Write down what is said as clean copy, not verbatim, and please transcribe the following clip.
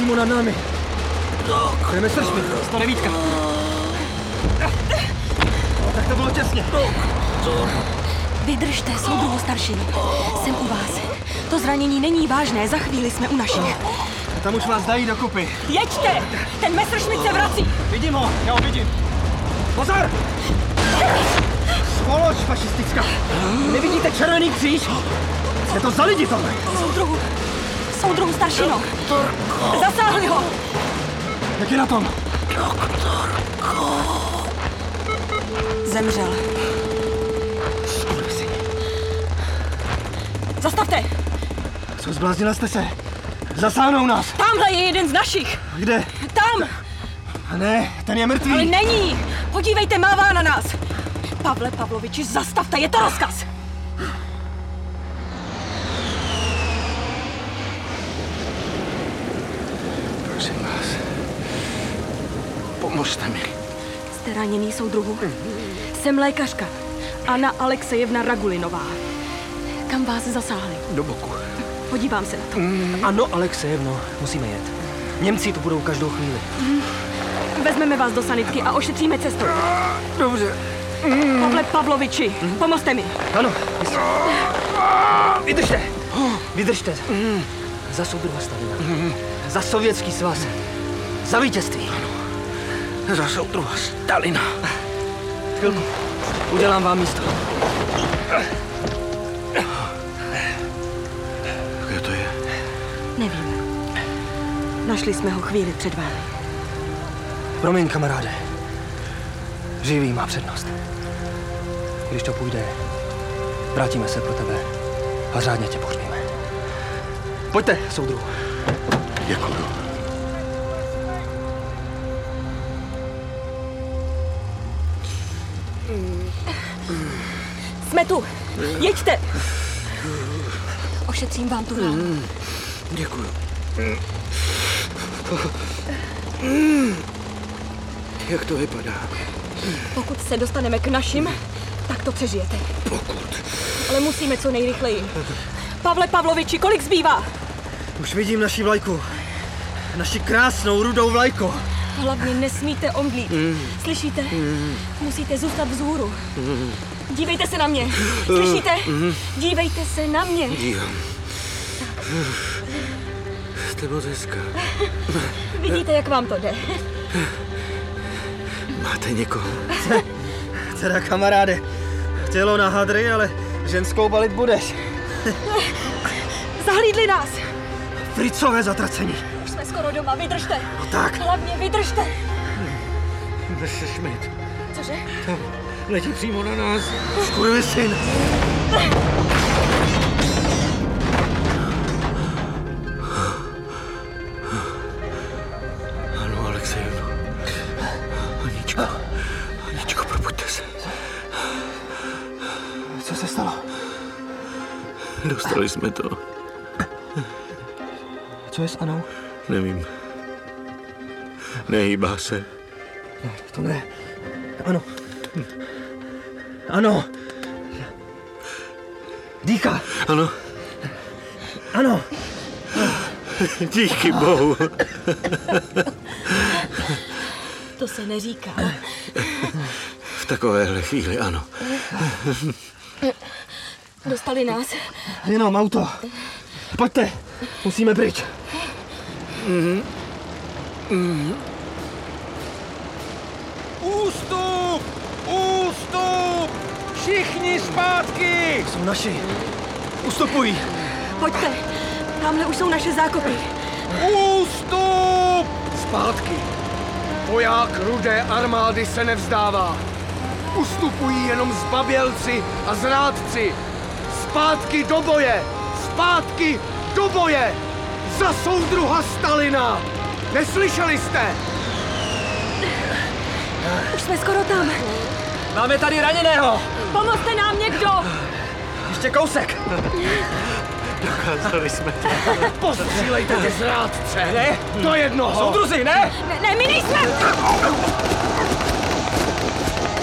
přímo nad námi. Jdeme sršmi, 109. No, tak to bylo těsně. Vydržte, soudruhu starší. Jsem u vás. To zranění není vážné, za chvíli jsme u našich. Tam už vás dají dokupy. Jeďte! Ten Messerschmitt se vrací! Vidím ho, já ho vidím. Pozor! Svoloč fašistická! Nevidíte červený kříž? Co je to za lidi tohle? Soudruhu staršino! Zasáhli ho! Jak je na tom? Zemřel. Zastavte! Co, zbláznila jste se? Zasáhnou nás! Tamhle je jeden z našich! Kde? Tam! Ne, ten je mrtvý! Ale není! Podívejte, mává na nás! Pavle Pavloviči, zastavte, je to rozkaz! Prosím vás, pomožte mi. Jste raněný, soudruhu? Jsem lékařka. Anna Alexejevna Ragulinová. Kam vás zasáhli? Do boku. Podívám se na to. Ano, Alexejevno, musíme jet. Němci tu budou každou chvíli. Vezmeme vás do sanitky a ošetříme cestou. Dobře. Pavle Pavloviči, pomozte mi. Ano. Vydržte. Vydržte. Za soudruha Stalina. Za Sovětský svaz. Za vítězství. Ano. Za soudruha Stalina. Chvilku. Udělám vám místo. Kde to je? Nevím. Našli jsme ho chvíli před vámi. Promiň, kamaráde. Živý má přednost. Když to půjde, vrátíme se pro tebe a řádně tě pohřbíme. Pojďte, soudruhu. Děkuju. Jsme tu. Jeďte. Ošetřím vám tu ránu. Děkuju. Jak to vypadá? Pokud se dostaneme k našim, tak to přežijete. Pokud. Ale musíme co nejrychleji. Pavle Pavloviči, kolik zbývá? Už vidím naši vlajku. Naši krásnou rudou vlajku. Hlavně nesmíte omdlít. Slyšíte? Musíte zůstat vzhůru. Dívejte se na mě. Slyšíte? Dívejte se na mě. Dívám. Jste moc hezká. Vidíte, jak vám to jde. Máte někoho? Teda kamaráde, chtělo na hadry, ale ženskou balit budeš. Zahlídli nás. Fricové zatracení. Už jsme skoro doma, vydržte. No tak. Hlavně vydržte. Messerschmitt. Cože? Tam letí přímo na nás. Skurvysyn. Ano, Alexejevno. Aničko, probuďte se. Co se stalo? Dostali jsme to. Co je s Anou? Nevím. Nehýbá se. Ne, to ne. Ano. Ano. Dýchá. Ano. Ano. Díky bohu. To se neříká. V takovéhle chvíli ano. Dostali nás. Jenom auto. Pojďte. Musíme pryč. Ústup! Ústup! Všichni zpátky! Jsou naši. Ustupují. Pojďte. Tamhle už jsou naše zákopy. Ústup! Zpátky. Voják Rudé armády se nevzdává. Ustupují jenom zbabělci a zrádci. Zpátky do boje! Zpátky do boje! Za soudruha Stalina! Neslyšeli jste? Už jsme skoro tam. Máme tady raněného! Pomozte nám někdo! Ještě kousek! Dokázali jsme to. Postřílejte ty zrádce! Ne? Do jednoho! Soudruzi, ne? Ne, my nejsme!